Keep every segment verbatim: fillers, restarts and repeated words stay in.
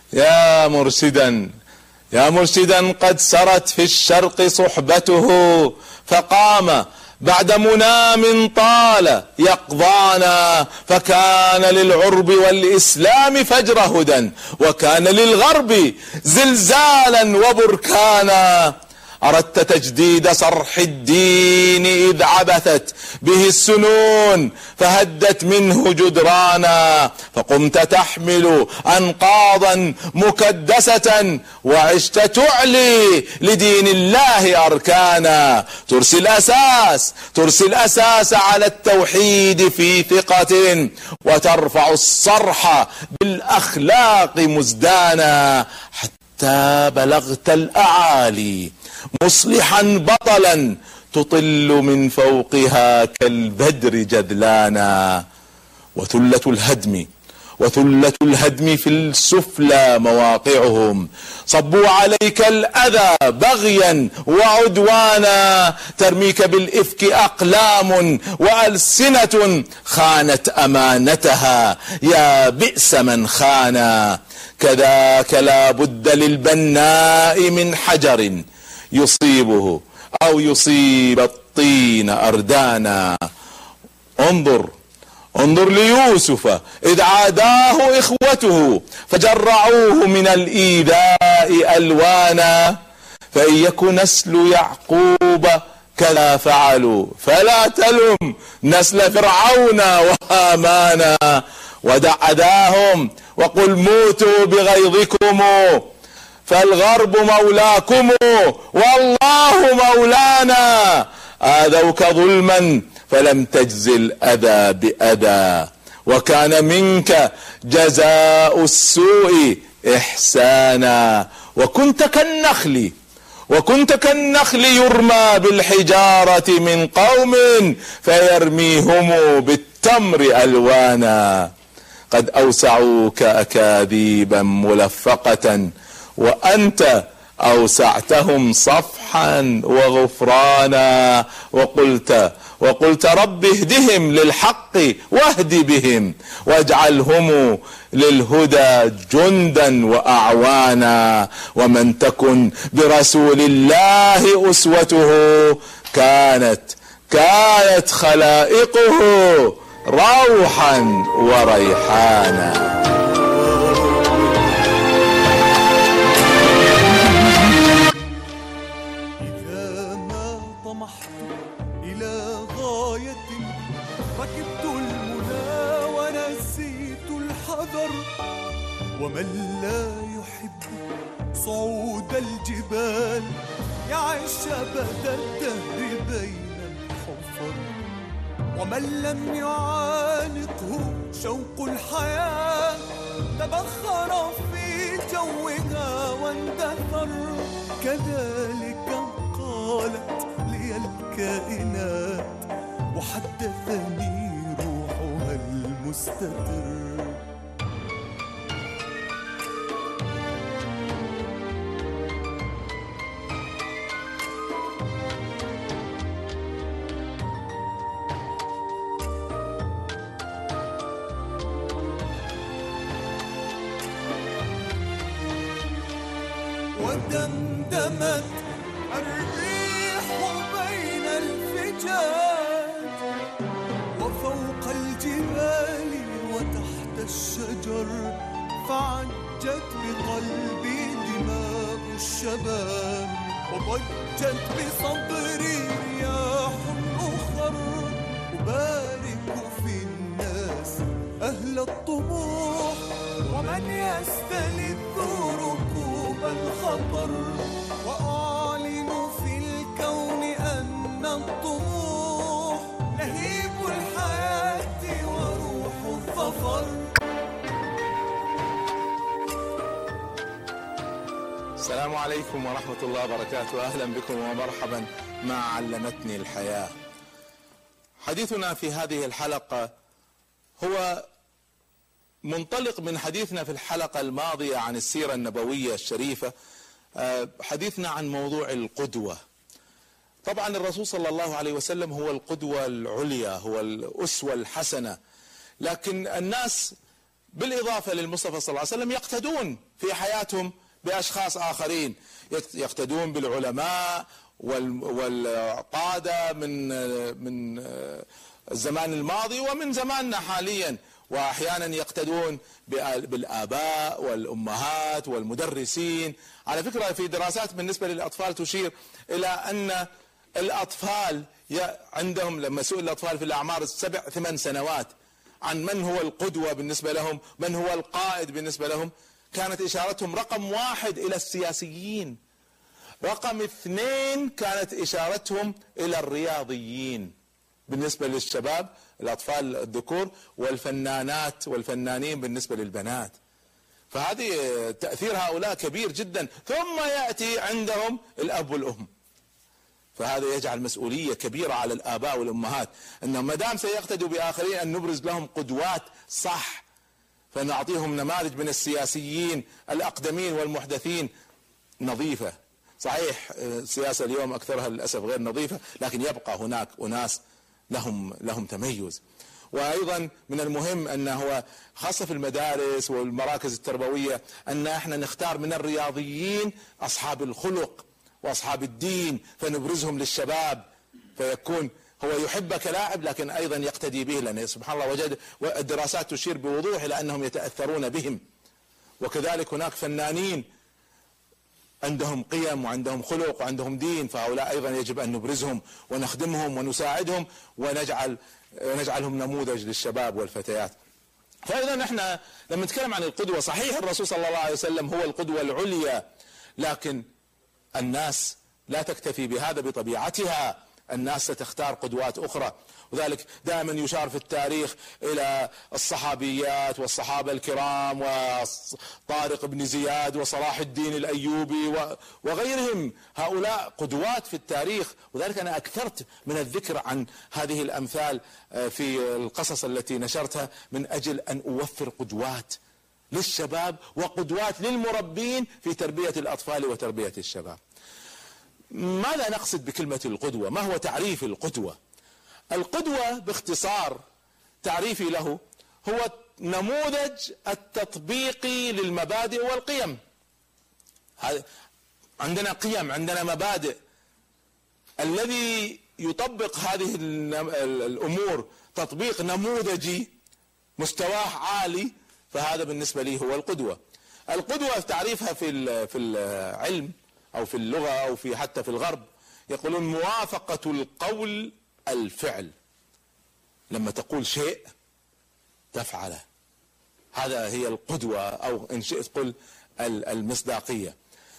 يا مرشدا يا مرشدا قد سرت في الشرق صحبته، فقام بعد منام طال يقظانا، فكان للعرب والإسلام فجر هدى، وكان للغرب زلزالا وبركانا. أردت تجديد صرح الدين إذ عبثت به السنون، فهدت منه جدرانا، فقمت تحمل أنقاضا مكدسة، وعشت تعلي لدين الله أركانا. ترسي الأساس ترسي الأساس على التوحيد في ثقة، وترفع الصرح بالأخلاق مزدانا، حتى بلغت الأعالي مصلحا بطلا تطل من فوقها كالبدر جذلانا. وثلة الهدم وثلة الهدم في السفلى مواقعهم، صبوا عليك الأذى بغيا وعدوانا، ترميك بالإفك أقلام وألسنة خانت أمانتها، يا بئس من خانا. كذاك لا بد للبناء من حجر يصيبه أو يصيب الطين أردانا. انظر انظر ليوسف إذ عاداه إخوته، فجرعوه من الإيذاء ألوانا. فإن يكن نسل يعقوب كذا فعلوا، فلا تلم نسل فرعون وهامان. ودع أذاهم وقل موتوا بغيظكم، فالغرب مولاكم والله مولانا. آذوك ظلما فلم تجزي الأذى بأذى، وكان منك جزاء السوء إحسانا. وكنت كالنخل وكنت كالنخل يرمى بالحجارة من قوم فيرميهم بالتمر ألوانا. قد أوسعوك أكاذيبا ملفقة، وأنت أوسعتهم صفحا وغفرانا. وقلت وقلت رب اهدهم للحق واهد بهم، واجعلهم للهدى جندا وأعوانا. ومن تكن برسول الله أسوته، كانت كانت خلائقه روحا وريحانا. ومن لا يحب صعود الجبال يعيش أبد الدهر بين الحفر. ومن لم يعانقه شوق الحياة تبخر في جوها واندثر. كذلك قالت لي الكائنات وحدثني روحها المستتر. ودمدمت الريح بين الفجاج، وفوق الجبال وتحت الشجر، فعجت بقلبي دماء الشباب، وضجت بصدري رياح أخر. أبارك في الناس أهل الطموح، ومن يستلذ ركوب الخطر، وأعلن في الكون أن الطموح لهيب الحياة وروح الظفر. السلام عليكم ورحمة الله وبركاته. أهلا بكم ومرحبا مع علمتني الحياة. حديثنا في هذه الحلقة هو منطلق من حديثنا في الحلقة الماضية عن السيرة النبوية الشريفة، حديثنا عن موضوع القدوة. طبعا الرسول صلى الله عليه وسلم هو القدوة العليا، هو الأسوة الحسنة، لكن الناس بالإضافة للمصطفى صلى الله عليه وسلم يقتدون في حياتهم بأشخاص آخرين، يقتدون بالعلماء والقادة من من الزمان الماضي ومن زماننا حاليا، وأحيانا يقتدون بالآباء والأمهات والمدرسين. على فكرة في دراسات بالنسبة للأطفال تشير إلى أن الأطفال عندهم، لما سئل الأطفال في الأعمار السبع ثمان سنوات عن من هو القدوة بالنسبة لهم، من هو القائد بالنسبة لهم، كانت إشارتهم رقم واحد إلى السياسيين، رقم اثنين كانت إشارتهم إلى الرياضيين بالنسبة للشباب الأطفال الذكور، والفنانات والفنانين بالنسبة للبنات. فهذه تأثير هؤلاء كبير جدا. ثم يأتي عندهم الأب والأم، فهذا يجعل مسؤولية كبيرة على الآباء والأمهات، أنه ما دام سيقتدوا بآخرين أن نبرز لهم قدوات صح، فنعطيهم نماذج من السياسيين الأقدمين والمحدثين نظيفة. صحيح السياسة اليوم أكثرها للأسف غير نظيفة، لكن يبقى هناك أناس لهم لهم تميز. وأيضا من المهم أنه خاصة في المدارس والمراكز التربوية أن احنا نختار من الرياضيين أصحاب الخلق وأصحاب الدين، فنبرزهم للشباب، فيكون هو يحبك لاعب لكن أيضا يقتدي به، لأن سبحان الله وجد الدراسات تشير بوضوح إلى أنهم يتأثرون بهم. وكذلك هناك فنانين عندهم قيم وعندهم خلق وعندهم دين، فهؤلاء أيضا يجب أن نبرزهم ونخدمهم ونساعدهم ونجعل نجعلهم نموذج للشباب والفتيات. فإذا نحن لما نتكلم عن القدوة، صحيح الرسول صلى الله عليه وسلم هو القدوة العليا، لكن الناس لا تكتفي بهذا بطبيعتها، الناس ستختار قدوات أخرى. وذلك دائما يشار في التاريخ إلى الصحابيات والصحابة الكرام وطارق بن زياد وصلاح الدين الأيوبي وغيرهم، هؤلاء قدوات في التاريخ. وذلك أنا أكثرت من الذكر عن هذه الأمثال في القصص التي نشرتها من أجل أن أوفر قدوات للشباب وقدوات للمربين في تربية الأطفال وتربية الشباب. ماذا نقصد بكلمة القدوة؟ ما هو تعريف القدوة؟ القدوة باختصار تعريفي له هو نموذج التطبيقي للمبادئ والقيم. عندنا قيم، عندنا مبادئ، الذي يطبق هذه الأمور تطبيق نموذجي مستواه عالي، فهذا بالنسبة لي هو القدوة. القدوة تعريفها في في العلم أو في اللغة أو في حتى في الغرب يقولون موافقة القول الفعل، لما تقول شيء تفعله، هذا هي القدوة، أو إن شئت قل المصداقية.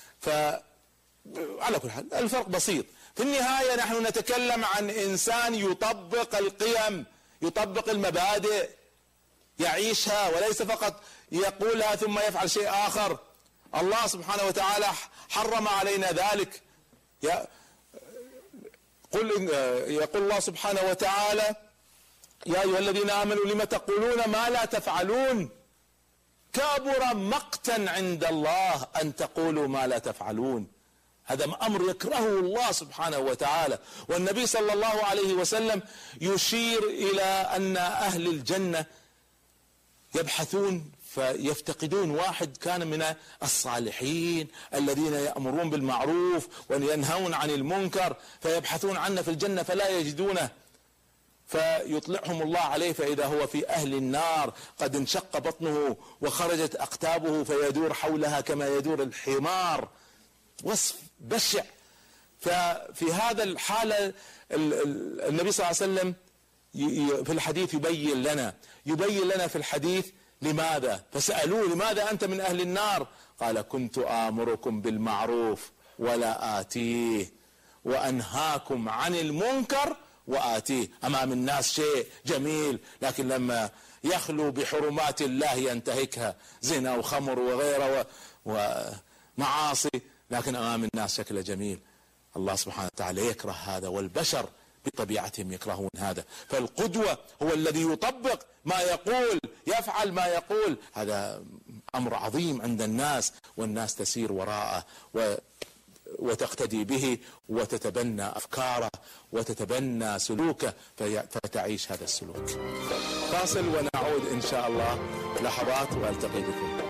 فعلى كل حال الفرق بسيط، في النهاية نحن نتكلم عن إنسان يطبق القيم، يطبق المبادئ، يعيشها، وليس فقط يقولها ثم يفعل شيء آخر. الله سبحانه وتعالى حرم علينا ذلك. قل يقول الله سبحانه وتعالى: يا أيها الذين آمنوا لم تقولون ما لا تفعلون كبر مقتا عند الله أن تقولوا ما لا تفعلون. هذا أمر يكرهه الله سبحانه وتعالى. والنبي صلى الله عليه وسلم يشير إلى أن أهل الجنة يبحثون فيفتقدون واحد كان من الصالحين الذين يأمرون بالمعروف وينهون عن المنكر، فيبحثون عنه في الجنة فلا يجدونه، فيطلعهم الله عليه فإذا هو في أهل النار قد انشق بطنه وخرجت أقتابه فيدور حولها كما يدور الحمار. وصف بشع. ففي هذا الحالة النبي صلى الله عليه وسلم في الحديث يبين لنا يبين لنا في الحديث لماذا. فسألوه: لماذا أنت من أهل النار؟ قال: كنت آمركم بالمعروف ولا آتيه وأنهاكم عن المنكر وآتيه. أمام الناس شيء جميل، لكن لما يخلو بحرمات الله ينتهكها، زنا وخمر وغيره ومعاصي، لكن أمام الناس شكله جميل. الله سبحانه وتعالى يكره هذا، والبشر بطبيعتهم يكرهون هذا. فالقدوة هو الذي يطبق ما يقول، يفعل ما يقول. هذا أمر عظيم عند الناس، والناس تسير وراءه وتقتدي به وتتبنى أفكاره وتتبنى سلوكه فتعيش هذا السلوك. فاصل ونعود إن شاء الله لحظات وألتقي بكم.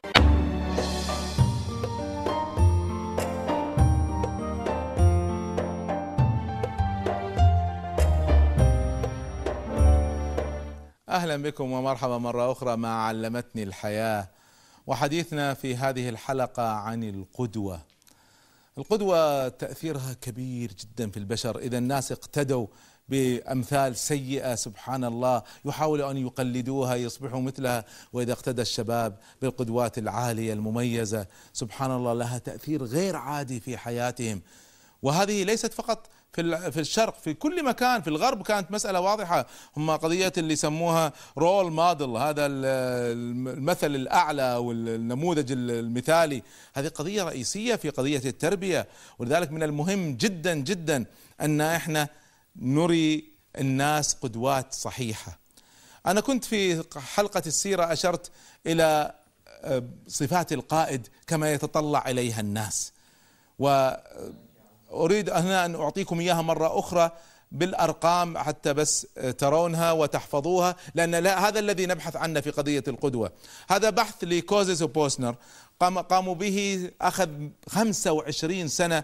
أهلا بكم ومرحبا مرة أخرى مع علمتني الحياة، وحديثنا في هذه الحلقة عن القدوة. القدوة تأثيرها كبير جدا في البشر. إذا الناس اقتدوا بأمثال سيئة سبحان الله يحاولوا أن يقلدوها يصبحوا مثلها، وإذا اقتدى الشباب بالقدوات العالية المميزة سبحان الله لها تأثير غير عادي في حياتهم. وهذه ليست فقط في في الشرق، في كل مكان. في الغرب كانت مسألة واضحة، هم قضية اللي يسموها رول موديل، هذا المثل الأعلى والنموذج المثالي. هذه قضية رئيسية في قضية التربية، ولذلك من المهم جدا جدا أن احنا نري الناس قدوات صحيحة. أنا كنت في حلقة السيرة أشرت إلى صفات القائد كما يتطلع إليها الناس، و أريد هنا أن أعطيكم إياها مرة أخرى بالأرقام حتى بس ترونها وتحفظوها، لأن لا هذا الذي نبحث عنه في قضية القدوة. هذا بحث لكوزيس وبوسنر قام قاموا به، أخذ خمسة وعشرين سنة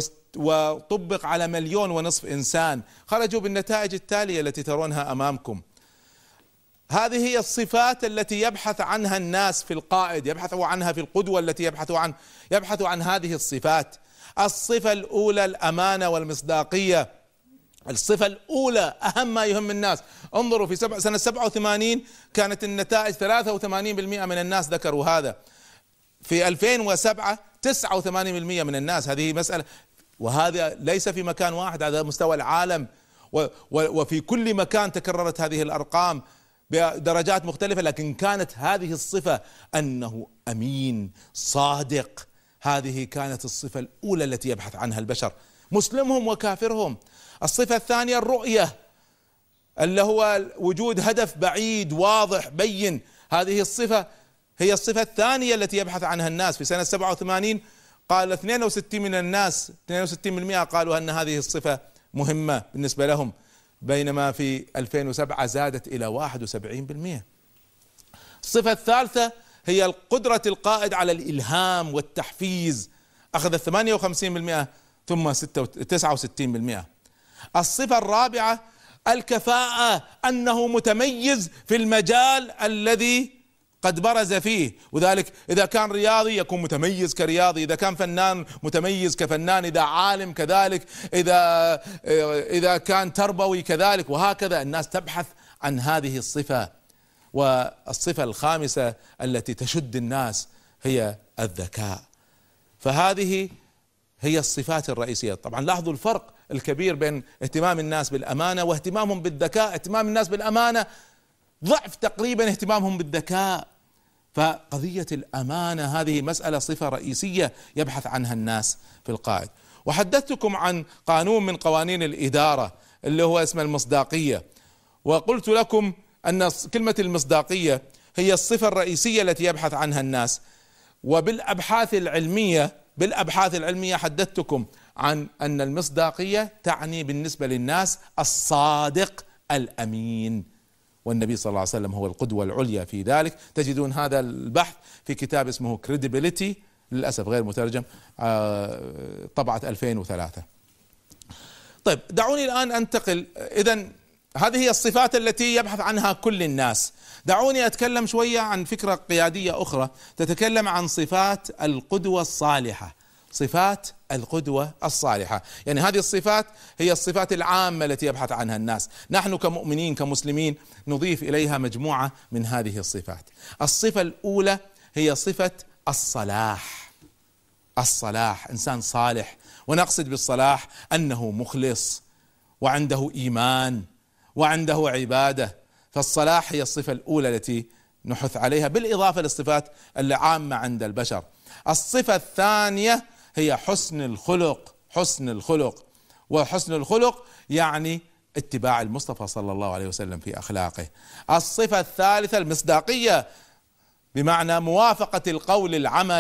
وطبق على مليون ونصف إنسان. خرجوا بالنتائج التالية التي ترونها أمامكم. هذه هي الصفات التي يبحث عنها الناس في القائد، يبحثوا عنها في القدوة التي يبحثوا عن يبحثوا عن هذه الصفات. الصفة الأولى الأمانة والمصداقية. الصفة الأولى أهم ما يهم الناس. انظروا في سبع سنة سبعة وثمانين كانت النتائج ثلاثة وثمانين بالمئة من الناس ذكروا هذا. في ألفين وسبعة تسعة وثمانين بالمئة من الناس. هذه مسألة، وهذا ليس في مكان واحد، هذا مستوى العالم، وفي كل مكان تكررت هذه الأرقام بدرجات مختلفة. لكن كانت هذه الصفة أنه أمين صادق، هذه كانت الصفة الأولى التي يبحث عنها البشر مسلمهم وكافرهم. الصفة الثانية الرؤية، اللي هو وجود هدف بعيد واضح بين. هذه الصفة هي الصفة الثانية التي يبحث عنها الناس. في سنة سبعة وثمانين قال اثنين وستين من الناس اثنين وستين بالمئة قالوا أن هذه الصفة مهمة بالنسبة لهم، بينما في ألفين وسبعة زادت إلى واحد وسبعين بالمئة. الصفة الثالثة هي قدرة القائد على الإلهام والتحفيز، أخذت ثمانية وخمسين بالمئة ثم تسعة وستين بالمئة. الصفة الرابعة الكفاءة، أنه متميز في المجال الذي قد برز فيه، وذلك إذا كان رياضي يكون متميز كرياضي، إذا كان فنان متميز كفنان، إذا عالم كذلك، إذا إذا كان تربوي كذلك، وهكذا الناس تبحث عن هذه الصفة. والصفة الخامسة التي تشد الناس هي الذكاء. فهذه هي الصفات الرئيسية. طبعا لاحظوا الفرق الكبير بين اهتمام الناس بالأمانة واهتمامهم بالذكاء. اهتمام الناس بالأمانة ضعف تقريبا اهتمامهم بالذكاء. فقضية الأمانة هذه مسألة صفة رئيسية يبحث عنها الناس في القائد. وحدثتكم عن قانون من قوانين الإدارة اللي هو اسمه المصداقية، وقلت لكم أن كلمة المصداقية هي الصفة الرئيسية التي يبحث عنها الناس. وبالأبحاث العلمية بالأبحاث العلمية حدثتكم عن أن المصداقية تعني بالنسبة للناس الصادق الأمين، والنبي صلى الله عليه وسلم هو القدوة العليا في ذلك. تجدون هذا البحث في كتاب اسمه Credibility، للأسف غير مترجم، طبعة ألفين وثلاثة. طيب دعوني الآن أنتقل. إذن هذه هي الصفات التي يبحث عنها كل الناس. دعوني أتكلم شوية عن فكرة قيادية أخرى تتكلم عن صفات القدوة الصالحة. صفات القدوة الصالحة، يعني هذه الصفات هي الصفات العامة التي يبحث عنها الناس. نحن كمؤمنين كمسلمين نضيف إليها مجموعة من هذه الصفات. الصفة الأولى هي صفة الصلاح. الصلاح، إنسان صالح، ونقصد بالصلاح أنه مخلص وعنده إيمان وعنده عبادة. فالصلاح هي الصفة الأولى التي نحث عليها بالإضافة للصفات العامة عند البشر. الصفة الثانية هي حسن الخلق. حسن الخلق، وحسن الخلق يعني اتباع المصطفى صلى الله عليه وسلم في أخلاقه. الصفة الثالثة المصداقية، بمعنى موافقة القول العمل،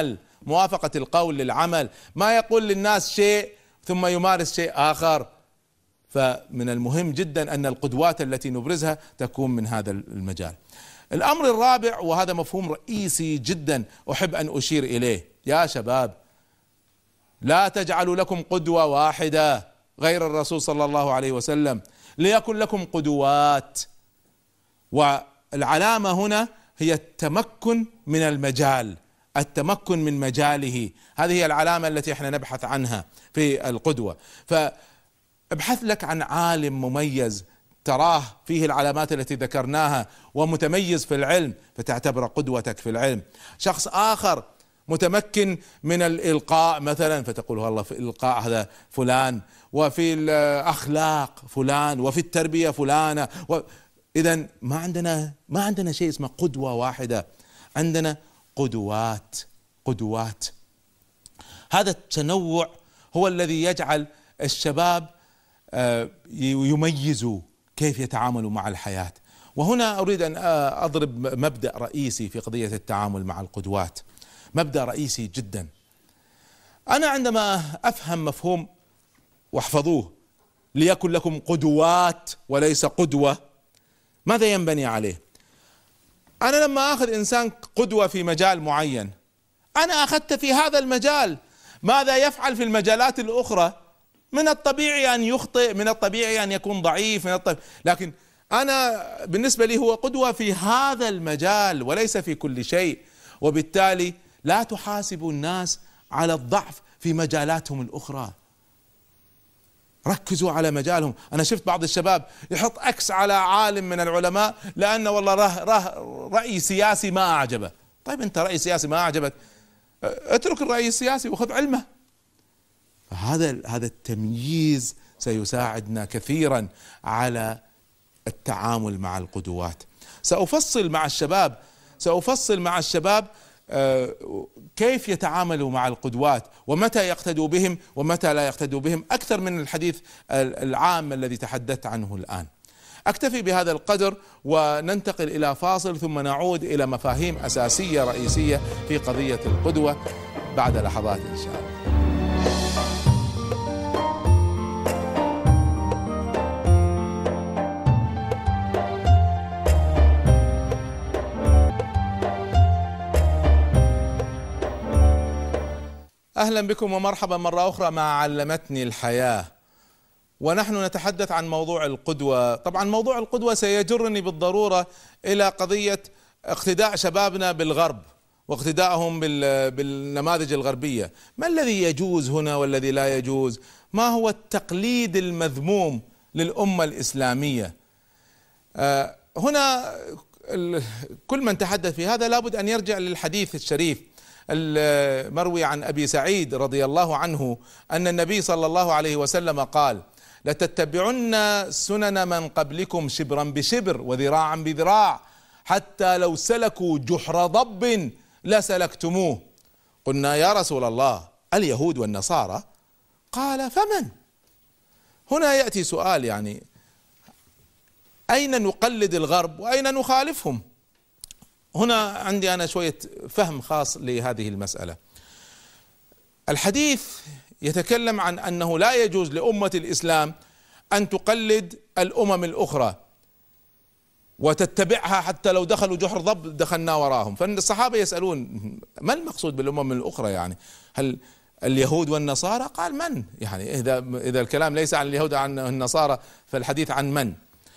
موافقة القول للعمل، ما يقول للناس شيء ثم يمارس شيء آخر. فمن المهم جدا أن القدوات التي نبرزها تكون من هذا المجال. الأمر الرابع، وهذا مفهوم رئيسي جدا أحب أن أشير إليه، يا شباب لا تجعلوا لكم قدوة واحدة غير الرسول صلى الله عليه وسلم، ليكن لكم قدوات. والعلامة هنا هي التمكن من المجال، التمكن من مجاله، هذه هي العلامة التي احنا نبحث عنها في القدوة. فابحث لك عن عالم مميز تراه فيه العلامات التي ذكرناها ومتميز في العلم فتعتبره قدوتك في العلم. شخص آخر متمكن من الإلقاء مثلا فتقول والله في الإلقاء هذا فلان، وفي الأخلاق فلان، وفي التربية فلانة. و... إذن ما عندنا ما عندنا شيء اسمه قدوة واحدة، عندنا قدوات قدوات. هذا التنوع هو الذي يجعل الشباب يميزوا كيف يتعاملوا مع الحياة. وهنا أريد أن أضرب مبدأ رئيسي في قضية التعامل مع القدوات، مبدأ رئيسي جدا. أنا عندما أفهم مفهوم، واحفظوه، ليكن لكم قدوات وليس قدوة، ماذا ينبني عليه؟ أنا لما أخذ إنسان قدوة في مجال معين، أنا أخذت في هذا المجال، ماذا يفعل في المجالات الأخرى؟ من الطبيعي أن يخطئ، من الطبيعي أن يكون ضعيف، من الطبيعي. لكن أنا بالنسبة لي هو قدوة في هذا المجال وليس في كل شيء. وبالتالي لا تحاسبوا الناس على الضعف في مجالاتهم الأخرى، ركزوا على مجالهم. أنا شفت بعض الشباب يحط أكس على عالم من العلماء لأنه والله راه راه رأي سياسي ما أعجبه. طيب أنت رأي سياسي ما أعجبك، اترك الرأي السياسي وخذ علمه. فهذا هذا التمييز سيساعدنا كثيرا على التعامل مع القدوات. سأفصل مع الشباب سأفصل مع الشباب كيف يتعاملوا مع القدوات، ومتى يقتدوا بهم ومتى لا يقتدوا بهم، أكثر من الحديث العام الذي تحدثت عنه الآن. أكتفي بهذا القدر وننتقل إلى فاصل، ثم نعود إلى مفاهيم أساسية رئيسية في قضية القدوة بعد لحظات إن شاء الله. أهلا بكم ومرحبا مرة أخرى مع علمتني الحياة، ونحن نتحدث عن موضوع القدوة. طبعا موضوع القدوة سيجرني بالضرورة إلى قضية اقتداء شبابنا بالغرب واقتدائهم بالنماذج الغربية. ما الذي يجوز هنا والذي لا يجوز؟ ما هو التقليد المذموم للأمة الإسلامية؟ هنا كل من تحدث في هذا لابد أن يرجع للحديث الشريف المروي عن أبي سعيد رضي الله عنه أن النبي صلى الله عليه وسلم قال: لتتبعن سنن من قبلكم شبرا بشبر وذراعا بذراع حتى لو سلكوا جحر ضب لسلكتموه. قلنا يا رسول الله اليهود والنصارى؟ قال فمن؟ هنا يأتي سؤال، يعني أين نقلد الغرب وأين نخالفهم؟ هنا عندي أنا شوية فهم خاص لهذه المسألة. الحديث يتكلم عن أنه لا يجوز لأمة الإسلام أن تقلد الأمم الأخرى وتتبعها حتى لو دخلوا جحر ضب دخلنا وراهم. فالصحابة يسألون ما المقصود بالأمم الأخرى؟ يعني هل اليهود والنصارى؟ قال من؟ يعني إذا إذا الكلام ليس عن اليهود عن النصارى فالحديث عن من؟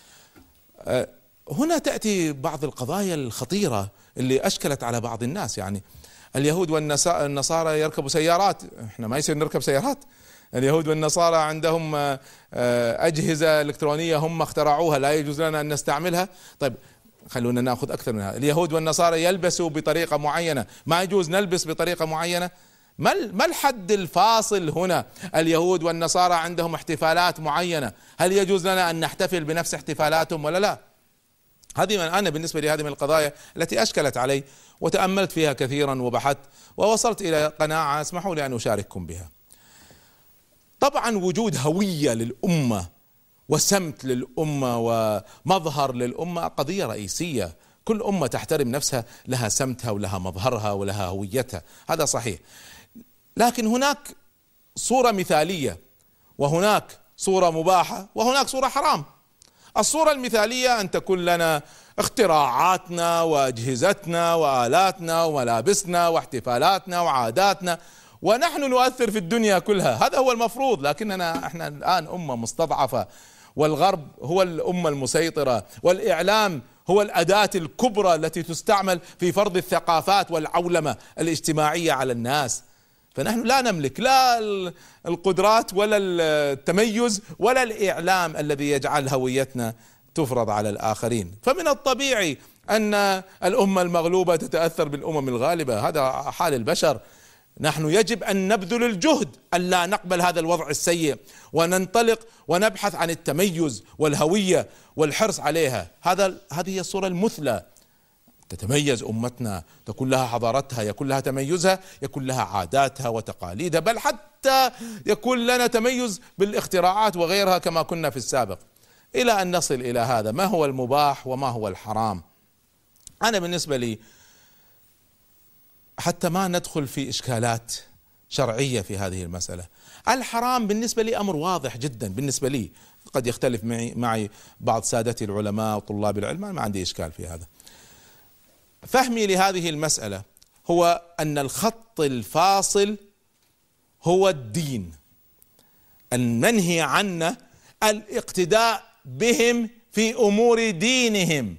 هنا تأتي بعض القضايا الخطيرة اللي أشكلت على بعض الناس. يعني اليهود والنصارى يركبوا سيارات، احنا ما يصير نركب سيارات. اليهود والنصارى عندهم أجهزة إلكترونية هم اخترعوها لا يجوز لنا أن نستعملها. طيب خلونا نأخذ أكثر من هذا. اليهود والنصارى يلبسوا بطريقة معينة، ما يجوز نلبس بطريقة معينة. ما الحد الفاصل هنا؟ اليهود والنصارى عندهم احتفالات معينة، هل يجوز لنا أن نحتفل بنفس احتفالاتهم ولا لا؟ هذه من أنا بالنسبة لي هذه من القضايا التي أشكلت علي وتأملت فيها كثيرا وبحثت ووصلت إلى قناعة اسمحوا لي أن أشارككم بها. طبعا وجود هوية للأمة وسمت للأمة ومظهر للأمة قضية رئيسية، كل أمة تحترم نفسها، لها سمتها ولها مظهرها ولها هويتها، هذا صحيح. لكن هناك صورة مثالية، وهناك صورة مباحة، وهناك صورة حرام. الصورة المثالية أن تكون لنا اختراعاتنا وأجهزتنا وآلاتنا وملابسنا واحتفالاتنا وعاداتنا، ونحن نؤثر في الدنيا كلها، هذا هو المفروض. لكننا احنا الآن أمة مستضعفة، والغرب هو الأمة المسيطرة، والإعلام هو الأداة الكبرى التي تستعمل في فرض الثقافات والعولمة الاجتماعية على الناس. فنحن لا نملك لا القدرات ولا التميز ولا الإعلام الذي يجعل هويتنا تفرض على الآخرين. فمن الطبيعي أن الأمة المغلوبة تتأثر بالأمم الغالبة، هذا حال البشر. نحن يجب أن نبذل الجهد ألا نقبل هذا الوضع السيء، وننطلق ونبحث عن التميز والهوية والحرص عليها. هذا هذه هي الصورة المثلى. تتميز أمتنا، تكون لها حضارتها، يكون لها تميزها، يكون لها عاداتها وتقاليدها، بل حتى يكون لنا تميز بالاختراعات وغيرها كما كنا في السابق، إلى أن نصل إلى هذا. ما هو المباح وما هو الحرام؟ أنا بالنسبة لي حتى ما ندخل في إشكالات شرعية في هذه المسألة، الحرام بالنسبة لي أمر واضح جدا بالنسبة لي. قد يختلف معي معي بعض سادتي العلماء وطلاب العلم، ما عندي إشكال في هذا. فهمي لهذه المسألة هو أن الخط الفاصل هو الدين، المنهي عنه الاقتداء بهم في أمور دينهم،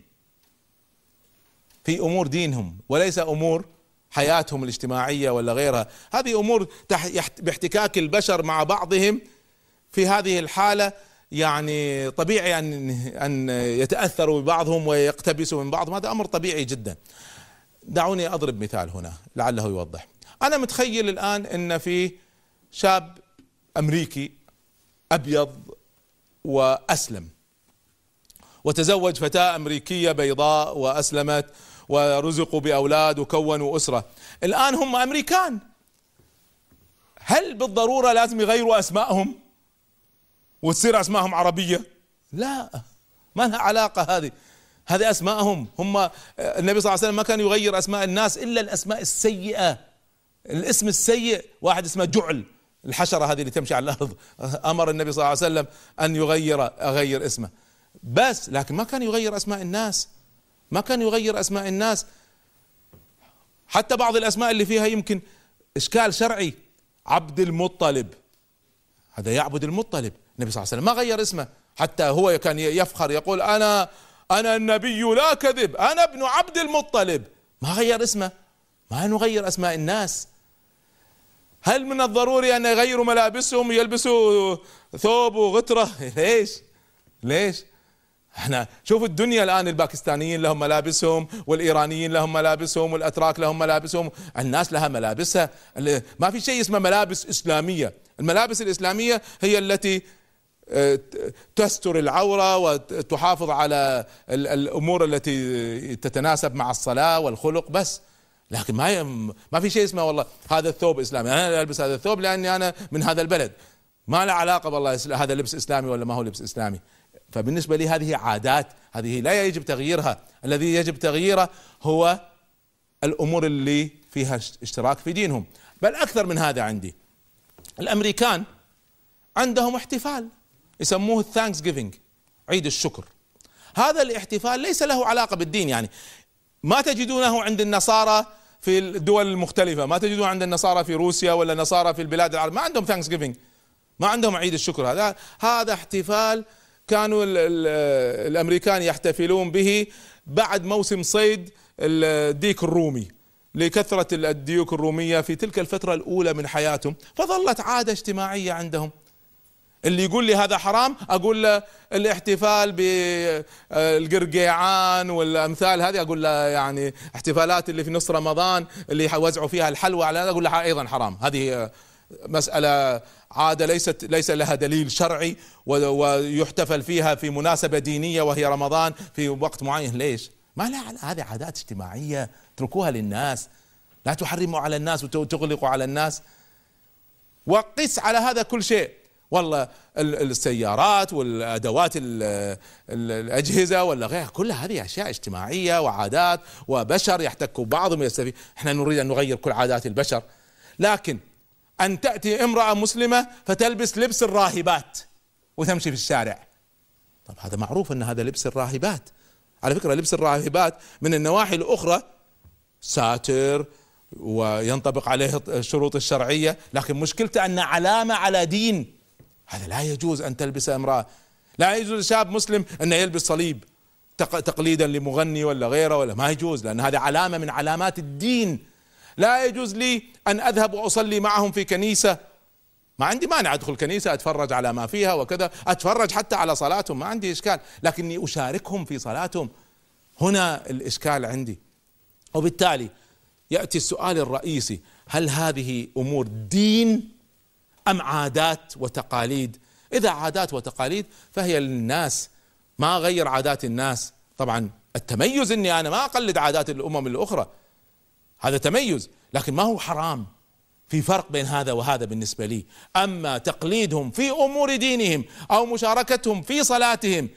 في أمور دينهم، وليس أمور حياتهم الاجتماعية ولا غيرها. هذه أمور باحتكاك البشر مع بعضهم في هذه الحالة، يعني طبيعي أن أن يتأثروا ببعضهم ويقتبسوا من بعضهم، هذا أمر طبيعي جدا. دعوني أضرب مثال هنا لعله يوضح. أنا متخيل الآن أن في شاب أمريكي أبيض وأسلم، وتزوج فتاة أمريكية بيضاء وأسلمت، ورزقوا بأولاد وكونوا أسرة. الآن هم أمريكان، هل بالضرورة لازم يغيروا أسمائهم وتصير أسمائهم عربية؟ لا، ما لها علاقة. هذه هذه أسمائهم هم. النبي صلى الله عليه وسلم ما كان يغير أسماء الناس إلا الأسماء السيئة. الاسم السيء، واحد اسمه جعل، الحشرة هذه اللي تمشي على الأرض، أمر النبي صلى الله عليه وسلم أن يغير أغير اسمه بس، لكن ما كان يغير أسماء الناس، ما كان يغير أسماء الناس. حتى بعض الأسماء اللي فيها يمكن إشكال شرعي، عبد المطلب، هذا يعبد المطلب، النبي صلى الله عليه وسلم ما غير اسمه، حتى هو كان يفخر يقول أنا أنا النبي لا كذب، أنا ابن عبد المطلب، ما غير اسمه. ما نغير أسماء الناس. هل من الضروري أن يغيروا ملابسهم، يلبسوا ثوب وغترة؟ ليش؟ ليش؟ احنا شوف الدنيا الآن، الباكستانيين لهم ملابسهم، والإيرانيين لهم ملابسهم، والأتراك لهم ملابسهم، الناس لها ملابسها. ما في شيء اسمه ملابس إسلامية. الملابس الإسلامية هي التي تستر العورة وتحافظ على الأمور التي تتناسب مع الصلاة والخلق بس. لكن ما ما في شيء اسمه والله هذا الثوب إسلامي، أنا ألبس هذا الثوب لأني أنا من هذا البلد، ما له علاقة والله هذا لبس إسلامي ولا ما هو لبس إسلامي. فبالنسبة لي هذه عادات، هذه لا يجب تغييرها. الذي يجب تغييره هو الأمور اللي فيها اشتراك في دينهم. بل أكثر من هذا، عندي الأمريكان عندهم احتفال يسموه الثانكس جيفينج، عيد الشكر. هذا الاحتفال ليس له علاقة بالدين، يعني ما تجدونه عند النصارى في الدول المختلفة، ما تجدونه عند النصارى في روسيا ولا النصارى في البلاد العربية، ما عندهم ثانكس جيفينج، ما عندهم عيد الشكر. هذا هذا احتفال كانوا ال ال الأمريكان يحتفلون به بعد موسم صيد الديك الرومي، لكثرة الديوك الرومية في تلك الفترة الأولى من حياتهم، فظلت عادة اجتماعية عندهم. اللي يقول لي هذا حرام أقول له الاحتفال بالقرقيعان والأمثال هذه، أقول له يعني احتفالات اللي في نص رمضان اللي يوزعوا فيها الحلوى على، أقول لها أيضا حرام. هذه مسألة عادة ليست ليس لها دليل شرعي، ويحتفل فيها في مناسبة دينية وهي رمضان في وقت معين. ليش؟ ما لا، هذه عادات اجتماعية، اتركوها للناس، لا تحرموا على الناس وتغلقوا على الناس. وقس على هذا كل شيء. والله السيارات والأدوات الأجهزة ولا غيرها، كل هذه أشياء اجتماعية وعادات وبشر يحتكوا بعضهم يستفيد. احنا نريد أن نغير كل عادات البشر، لكن أن تأتي امرأة مسلمة فتلبس لبس الراهبات وتمشي في الشارع، طب هذا معروف أن هذا لبس الراهبات. على فكرة لبس الراهبات من النواحي الأخرى ساتر وينطبق عليه الشروط الشرعية، لكن مشكلته أن علامة على دين. هذا لا يجوز أن تلبس امرأة، لا يجوز لشاب مسلم أن يلبس صليب تقليدا لمغني ولا غيره، ولا ما يجوز، لأن هذه علامة من علامات الدين. لا يجوز لي أن أذهب وأصلي معهم في كنيسة، ما عندي مانع أدخل كنيسة أتفرج على ما فيها وكذا، أتفرج حتى على صلاتهم ما عندي إشكال، لكني أشاركهم في صلاتهم، هنا الإشكال عندي. وبالتالي يأتي السؤال الرئيسي: هل هذه أمور دين أم عادات وتقاليد؟ إذا عادات وتقاليد فهي للناس، ما غير عادات الناس. طبعا التميز إني أنا ما أقلد عادات الأمم الأخرى، هذا تميز، لكن ما هو حرام، في فرق بين هذا وهذا بالنسبة لي. أما تقليدهم في أمور دينهم أو مشاركتهم في صلاتهم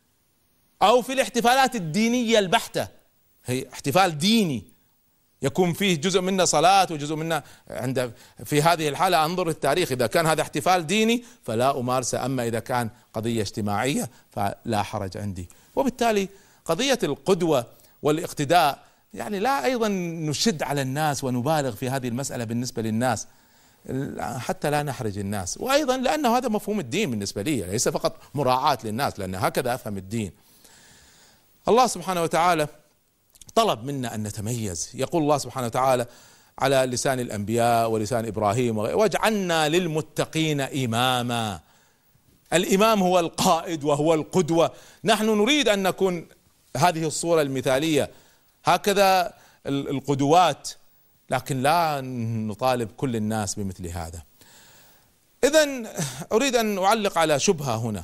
أو في الاحتفالات الدينية البحتة، هي احتفال ديني يكون فيه جزء منه صلاة وجزء منه عند، في هذه الحالة أنظر التاريخ، إذا كان هذا احتفال ديني فلا أمارسه، أما إذا كان قضية اجتماعية فلا حرج عندي. وبالتالي قضية القدوة والاقتداء يعني لا أيضا نشد على الناس ونبالغ في هذه المسألة بالنسبة للناس حتى لا نحرج الناس، وأيضا لأنه هذا مفهوم الدين بالنسبة لي، ليس فقط مراعاة للناس، لأن هكذا أفهم الدين. الله سبحانه وتعالى طلب منا أن نتميز، يقول الله سبحانه وتعالى على لسان الأنبياء ولسان إبراهيم: واجعلنا للمتقين إماما. الإمام هو القائد وهو القدوة، نحن نريد أن نكون هذه الصورة المثالية، هكذا القدوات، لكن لا نطالب كل الناس بمثل هذا. إذن أريد أن أعلق على شبهة هنا.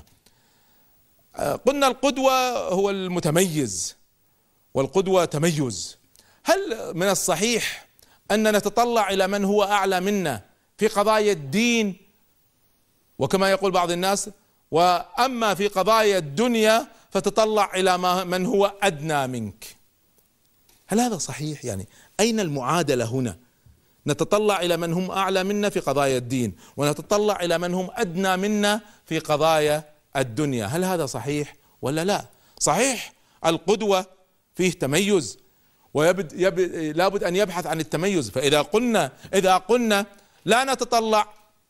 قلنا القدوة هو المتميز والقدوة تميز، هل من الصحيح أن نتطلع إلى من هو أعلى منا في قضايا الدين وكما يقول بعض الناس، وأما في قضايا الدنيا فتطلع إلى من هو أدنى منك؟ هل هذا صحيح؟ يعني أين المعادلة هنا؟ نتطلع إلى من هم أعلى منا في قضايا الدين ونتطلع إلى من هم أدنى منا في قضايا الدنيا، هل هذا صحيح ولا لا؟ صحيح القدوة فيه تميز ويبد يب لابد أن يبحث عن التميز، فإذا قلنا إذا قلنا لا نتطلع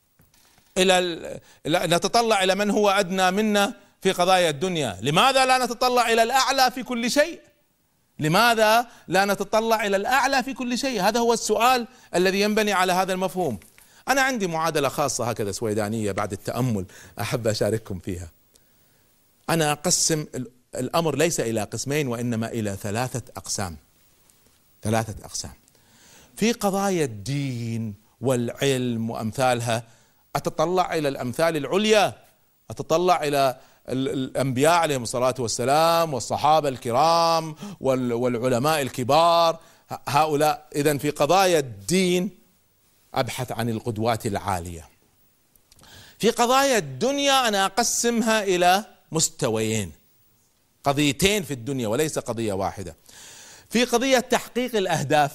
إلى نتطلع إلى من هو أدنى منا في قضايا الدنيا، لماذا لا نتطلع إلى الأعلى في كل شيء؟ لماذا لا نتطلع إلى الأعلى في كل شيء؟ هذا هو السؤال الذي ينبني على هذا المفهوم. أنا عندي معادلة خاصة هكذا سويدانية بعد التأمل أحب أشارككم فيها. أنا أقسم الأمر ليس إلى قسمين وإنما إلى ثلاثة أقسام. ثلاثة أقسام في قضايا الدين والعلم وأمثالها. أتطلع إلى الأمثال العليا، أتطلع إلى الأنبياء عليهم الصلاة والسلام والصحابة الكرام والعلماء الكبار، هؤلاء. إذن في قضايا الدين أبحث عن القدوات العالية. في قضايا الدنيا أنا أقسمها إلى مستويين، قضيتين في الدنيا وليس قضية واحدة. في قضية تحقيق الأهداف،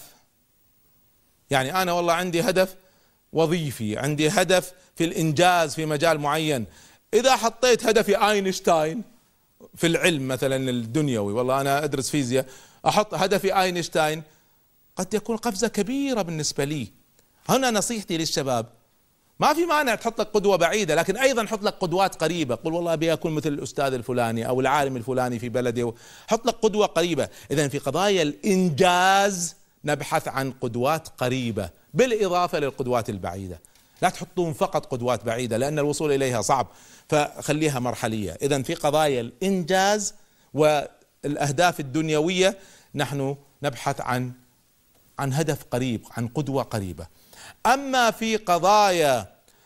يعني أنا والله عندي هدف وظيفي، عندي هدف في الإنجاز في مجال معين. إذا حطيت هدفي أينشتاين في العلم مثلا الدنيوي، والله أنا أدرس فيزياء، أحط هدفي أينشتاين، قد يكون قفزة كبيرة بالنسبة لي. هنا نصيحتي للشباب، ما في مانع تحط لك قدوة بعيدة، لكن أيضا حط لك قدوات قريبة. قل والله أبي أكون مثل الأستاذ الفلاني أو العالم الفلاني في بلدي، حط لك قدوة قريبة. إذن في قضايا الإنجاز نبحث عن قدوات قريبة بالإضافة للقدوات البعيدة. لا تحطون فقط قدوات بعيدة لأن الوصول إليها صعب، فخليها مرحلية. إذن في قضايا الإنجاز والأهداف الدنيوية نحن نبحث عن عن هدف قريب، عن قدوة قريبة. أما في قضايا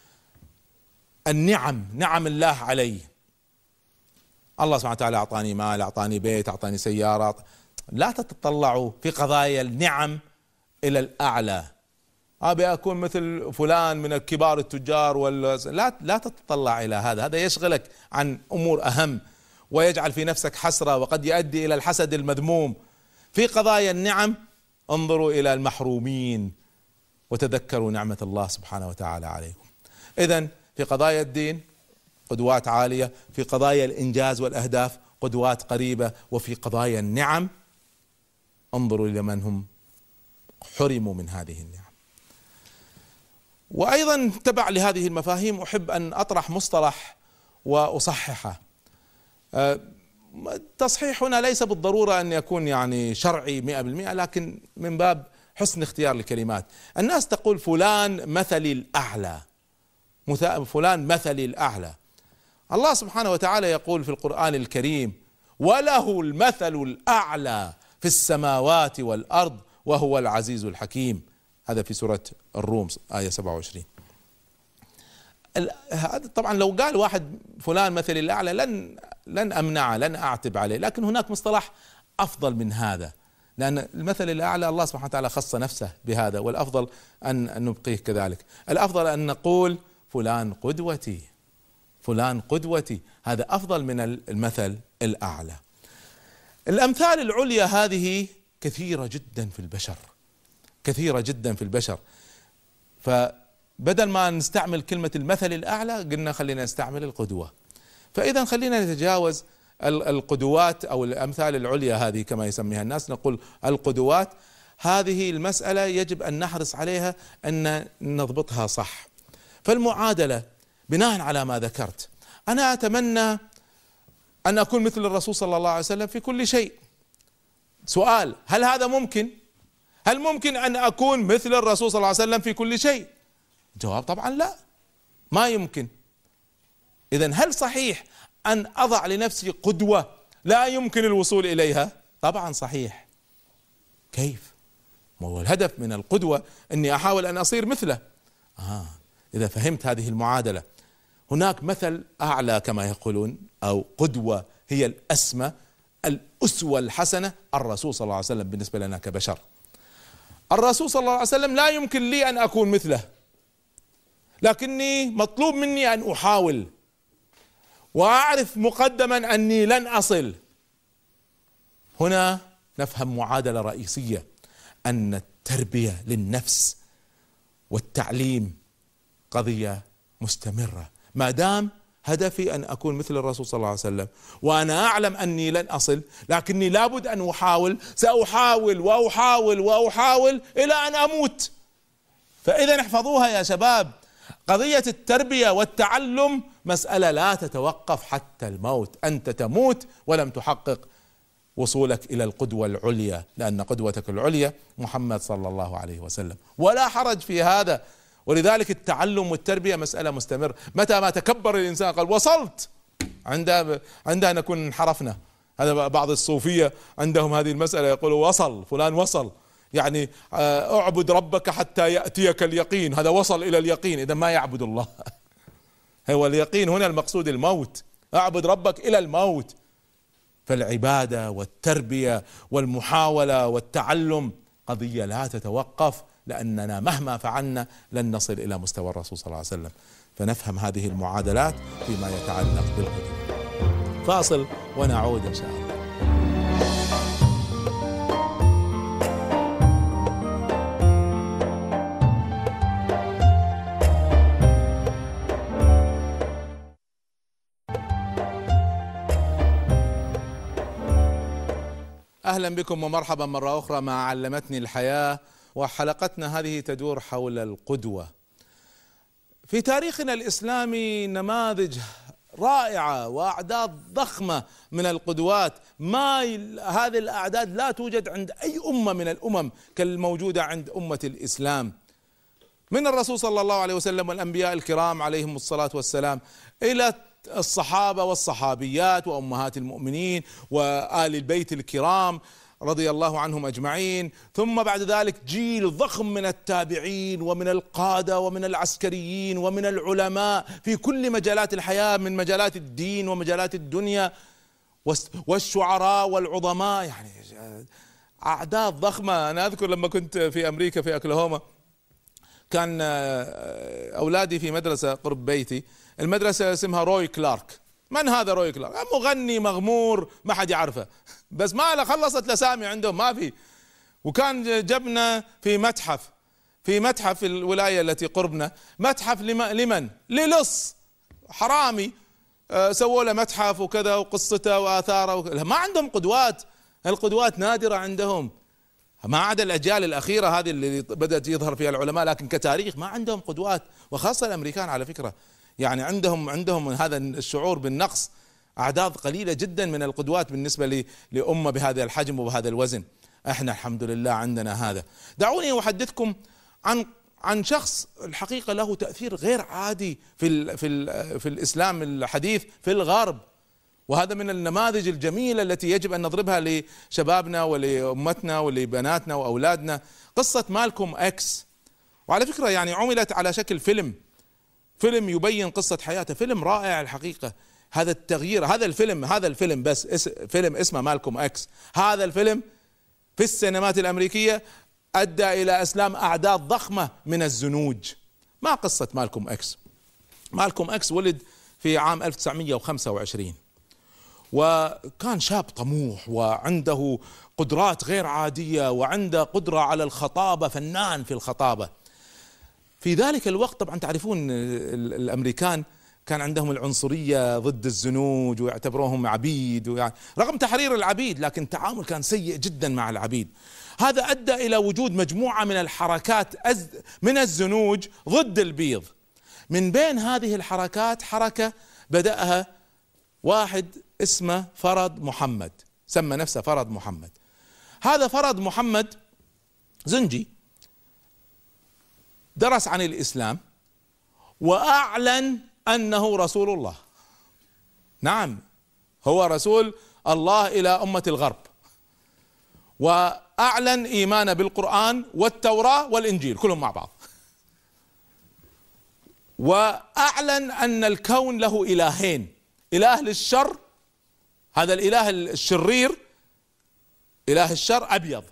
النعم، نعم الله علي، الله سبحانه وتعالى أعطاني مال، أعطاني بيت، أعطاني سيارة، لا تتطلعوا في قضايا النعم إلى الأعلى، ابي اكون مثل فلان من الكبار التجار ولا لا لا تتطلع الى هذا، هذا يشغلك عن امور اهم ويجعل في نفسك حسرة وقد يؤدي الى الحسد المذموم. في قضايا النعم انظروا الى المحرومين وتذكروا نعمة الله سبحانه وتعالى عليكم. اذن في قضايا الدين قدوات عالية، في قضايا الانجاز والاهداف قدوات قريبة، وفي قضايا النعم انظروا الى من هم حرموا من هذه النعم. وايضا تبع لهذه المفاهيم احب ان اطرح مصطلح واصححه. التصحيح هنا ليس بالضرورة ان يكون يعني شرعي مئة بالمئة، لكن من باب حسن اختيار الكلمات. الناس تقول فلان مثلي الاعلى، فلان مثلي الاعلى. الله سبحانه وتعالى يقول في القرآن الكريم: وله المثل الاعلى في السماوات والارض وهو العزيز الحكيم. هذا في سورة الروم آية سبعة وعشرين. هذا طبعا لو قال واحد فلان مثلي الاعلى لن لن امنعه، لن اعتب عليه، لكن هناك مصطلح افضل من هذا، لان المثل الاعلى الله سبحانه وتعالى خص نفسه بهذا، والافضل ان نبقيه كذلك. الافضل ان نقول فلان قدوتي، فلان قدوتي، هذا افضل من المثل الاعلى. الامثال العليا هذه كثيرة جدا في البشر، كثيرة جدا في البشر، فبدل ما نستعمل كلمة المثل الأعلى قلنا خلينا نستعمل القدوة. فإذا خلينا نتجاوز القدوات أو الأمثال العليا هذه كما يسميها الناس، نقول القدوات. هذه المسألة يجب أن نحرص عليها أن نضبطها صح. فالمعادلة بناء على ما ذكرت، أنا أتمنى أن أكون مثل الرسول صلى الله عليه وسلم في كل شيء. سؤال: هل هذا ممكن؟ هل ممكن أن أكون مثل الرسول صلى الله عليه وسلم في كل شيء؟ جواب: طبعا لا، ما يمكن. إذن هل صحيح أن أضع لنفسي قدوة لا يمكن الوصول إليها؟ طبعا صحيح. كيف؟ ما هو الهدف من القدوة أني أحاول أن أصير مثله. آه إذا فهمت هذه المعادلة، هناك مثل أعلى كما يقولون، أو قدوة هي الأسمى، الأسوة الحسنة، الرسول صلى الله عليه وسلم بالنسبة لنا كبشر. الرسول صلى الله عليه وسلم لا يمكن لي أن أكون مثله، لكني مطلوب مني أن أحاول، وأعرف مقدما أني لن أصل. هنا نفهم معادلة رئيسية، أن التربية للنفس والتعليم قضية مستمرة. ما دام هدفي أن أكون مثل الرسول صلى الله عليه وسلم وأنا أعلم أني لن أصل، لكني لابد أن أحاول، سأحاول وأحاول وأحاول إلى أن أموت. فإذا احفظوها يا شباب، قضية التربية والتعلم مسألة لا تتوقف حتى الموت. أنت تموت ولم تحقق وصولك إلى القدوة العليا، لأن قدوتك العليا محمد صلى الله عليه وسلم، ولا حرج في هذا. ولذلك التعلم والتربية مسألة مستمر. متى ما تكبر الإنسان قال وصلت، عندها عندها نكون انحرفنا. هذا بعض الصوفية عندهم هذه المسألة، يقولوا وصل فلان، وصل يعني اعبد ربك حتى يأتيك اليقين، هذا وصل إلى اليقين، إذا ما يعبد الله. هو اليقين هنا المقصود الموت، اعبد ربك إلى الموت. فالعبادة والتربية والمحاولة والتعلم قضية لا تتوقف، لأننا مهما فعلنا لن نصل إلى مستوى الرسول صلى الله عليه وسلم. فنفهم هذه المعادلات فيما يتعلق بالقدوة. فاصل ونعود إن شاء الله. أهلا بكم ومرحبا مرة أخرى مع علمتني الحياة، وحلقتنا هذه تدور حول القدوة. في تاريخنا الإسلامي نماذج رائعة وأعداد ضخمة من القدوات، ما هذه الأعداد لا توجد عند أي أمة من الأمم كالموجودة عند أمة الإسلام، من الرسول صلى الله عليه وسلم والأنبياء الكرام عليهم الصلاة والسلام، إلى الصحابة والصحابيات وأمهات المؤمنين وآل البيت الكرام رضي الله عنهم أجمعين، ثم بعد ذلك جيل ضخم من التابعين ومن القادة ومن العسكريين ومن العلماء في كل مجالات الحياة، من مجالات الدين ومجالات الدنيا، والشعراء والعظماء، يعني أعداد ضخمة. أنا أذكر لما كنت في أمريكا في أكلاهوما كان أولادي في مدرسة قرب بيتي، المدرسة اسمها روي كلارك. من هذا روي كلارك؟ مغني مغمور ما حد يعرفه، بس ما له خلصت الأسامي عندهم ما في. وكان جبنا في متحف في متحف في الولاية التي قربنا، متحف لمن؟ للص حرامي، سووا له متحف وكذا وقصته وآثاره وكذا. ما عندهم قدوات، القدوات نادرة عندهم، ما عدا الأجيال الأخيرة هذه اللي بدأت يظهر فيها العلماء، لكن كتاريخ ما عندهم قدوات. وخاصة الأمريكان على فكرة، يعني عندهم عندهم هذا الشعور بالنقص، أعداد قليلة جدا من القدوات بالنسبة لأمة بهذا الحجم وبهذا الوزن. احنا الحمد لله عندنا هذا. دعوني أحدثكم عن عن شخص الحقيقة له تأثير غير عادي في ال في ال في الإسلام الحديث في الغرب، وهذا من النماذج الجميلة التي يجب أن نضربها لشبابنا ولأمتنا ولبناتنا وأولادنا. قصة مالكوم إكس، وعلى فكرة يعني عملت على شكل فيلم فيلم يبين قصة حياته، فيلم رائع الحقيقة. هذا التغيير، هذا الفيلم هذا الفيلم بس اس فيلم اسمه مالكوم إكس، هذا الفيلم في السينمات الأمريكية أدى إلى إسلام أعداد ضخمة من الزنوج. ما قصة مالكوم إكس؟ مالكوم إكس ولد في عام ألف وتسعمئة وخمسة وعشرين، وكان شاب طموح وعنده قدرات غير عادية، وعنده قدرة على الخطابة، فنان في الخطابة. في ذلك الوقت طبعا تعرفون الأمريكان كان عندهم العنصرية ضد الزنوج ويعتبروهم عبيد، ويعني رغم تحرير العبيد لكن التعامل كان سيء جدا مع العبيد. هذا أدى إلى وجود مجموعة من الحركات من الزنوج ضد البيض. من بين هذه الحركات حركة بدأها واحد اسمه فرد محمد، سمى نفسه فرد محمد. هذا فرد محمد زنجي، درس عن الإسلام وأعلن أنه رسول الله. نعم، هو رسول الله إلى أمة الغرب، وأعلن إيمانه بالقرآن والتوراة والإنجيل كلهم مع بعض، وأعلن أن الكون له إلهين، إله للشر، هذا الإله الشرير إله الشر أبيض،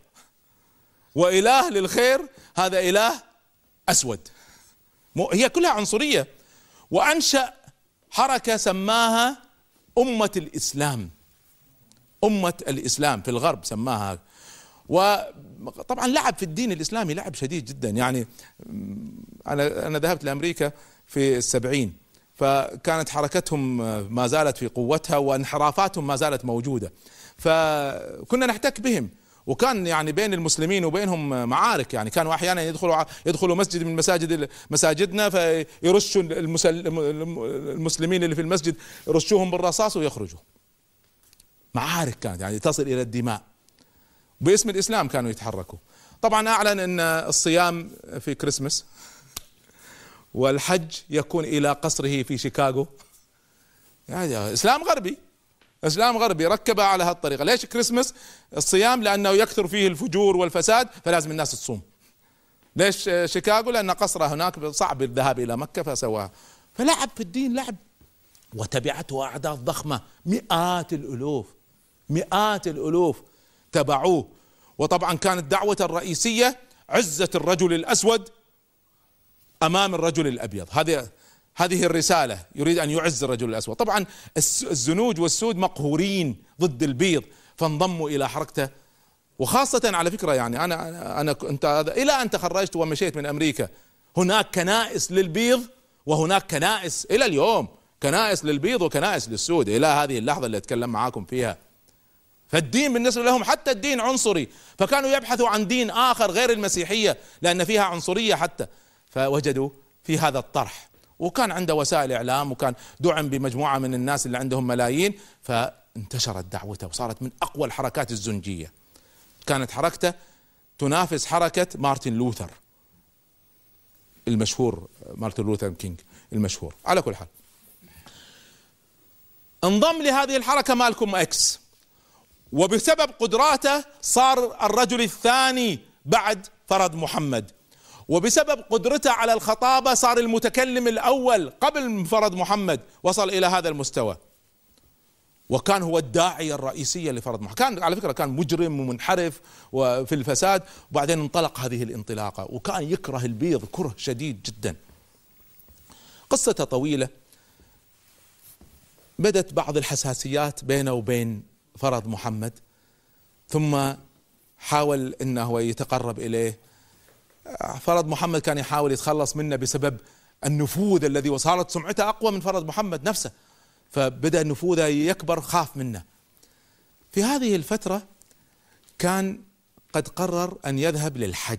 وإله للخير هذا إله أسود. هي كلها عنصرية. وأنشأ حركة سماها أمة الإسلام، أمة الإسلام في الغرب سماها. وطبعا لعب في الدين الإسلامي لعب شديد جدا. يعني أنا أنا ذهبت لأمريكا في السبعين، فكانت حركتهم ما زالت في قوتها وانحرافاتهم ما زالت موجودة، فكنا نحتك بهم، وكان يعني بين المسلمين وبينهم معارك. يعني كانوا احيانا يدخلوا يدخلوا مسجد من مساجد مساجدنا فيرشوا المسلمين اللي في المسجد، يرشوهم بالرصاص ويخرجوا. معارك كانت يعني تصل الى الدماء، باسم الاسلام كانوا يتحركوا. طبعا اعلن ان الصيام في كريسمس والحج يكون الى قصره في شيكاغو. يعني اسلام غربي، اسلام غربي ركبها على هالطريقه. ليش كريسمس الصيام؟ لانه يكثر فيه الفجور والفساد فلازم الناس تصوم. ليش شيكاغو؟ لان قصره هناك صعب الذهاب الى مكه فسواها. فلعب في الدين لعب، وتبعته اعداد ضخمه، مئات الالوف مئات الالوف تبعوه. وطبعا كانت دعوته الرئيسيه عزه الرجل الاسود امام الرجل الابيض. هذه هذه الرسالة، يريد أن يعز الرجل الأسود. طبعا الزنوج والسود مقهورين ضد البيض فانضموا إلى حركته. وخاصة على فكرة يعني أنا أنا, أنا كنت إلى أن تخرجت ومشيت من أمريكا، هناك كنائس للبيض وهناك كنائس إلى اليوم، كنائس للبيض وكنائس للسود إلى هذه اللحظة اللي أتكلم معاكم فيها. فالدين بالنسبة لهم حتى الدين عنصري، فكانوا يبحثوا عن دين آخر غير المسيحية لأن فيها عنصرية حتى، فوجدوا في هذا الطرح. وكان عنده وسائل إعلام، وكان دعم بمجموعة من الناس اللي عندهم ملايين، فانتشرت دعوته وصارت من أقوى الحركات الزنجية. كانت حركته تنافس حركة مارتن لوثر المشهور، مارتن لوثر كينج المشهور. على كل حال انضم لهذه الحركة مالكوم إكس، وبسبب قدراته صار الرجل الثاني بعد فرد محمد، وبسبب قدرته على الخطابة صار المتكلم الأول قبل فرد محمد، وصل إلى هذا المستوى. وكان هو الداعية الرئيسية لفرض محمد. كان على فكرة كان مجرم ومنحرف وفي الفساد، وبعدين انطلق هذه الانطلاقة، وكان يكره البيض كره شديد جدا. قصة طويلة، بدت بعض الحساسيات بينه وبين فرض محمد، ثم حاول انه يتقرب اليه. فرض محمد كان يحاول يتخلص منه بسبب النفوذ الذي وصارت سمعته اقوى من فرض محمد نفسه، فبدأ نفوذه يكبر، خاف منه. في هذه الفترة كان قد قرر أن يذهب للحج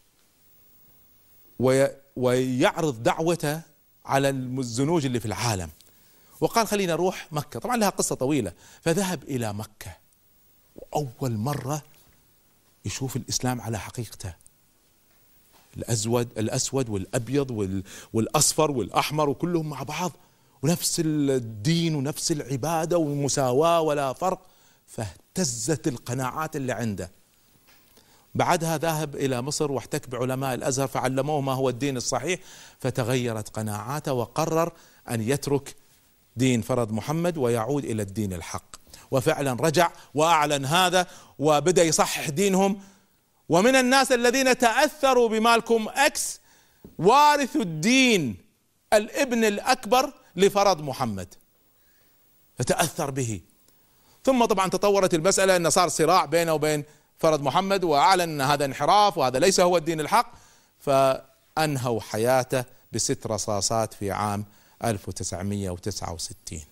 ويعرض دعوته على الزنوج اللي في العالم، وقال خلينا نروح مكة. طبعا لها قصة طويلة. فذهب إلى مكة، وأول مرة يشوف الإسلام على حقيقته، الأسود الأسود والأبيض والأصفر والأحمر وكلهم مع بعض، ونفس الدين ونفس العبادة والمساواة ولا فرق. فاهتزت القناعات اللي عنده. بعدها ذهب إلى مصر واحتك بعلماء الأزهر فعلموه ما هو الدين الصحيح، فتغيرت قناعاته وقرر أن يترك دين فرض محمد ويعود إلى الدين الحق. وفعلا رجع وأعلن هذا وبدأ يصحح دينهم. ومن الناس الذين تأثروا بمالكوم إكس وارث الدين الابن الأكبر لفرض محمد، فتأثر به. ثم طبعا تطورت المسألة أن صار صراع بينه وبين فرض محمد، وأعلن أن هذا انحراف وهذا ليس هو الدين الحق، فأنهوا حياته بست رصاصات في عام ألف وتسعمئة وتسعة وستين.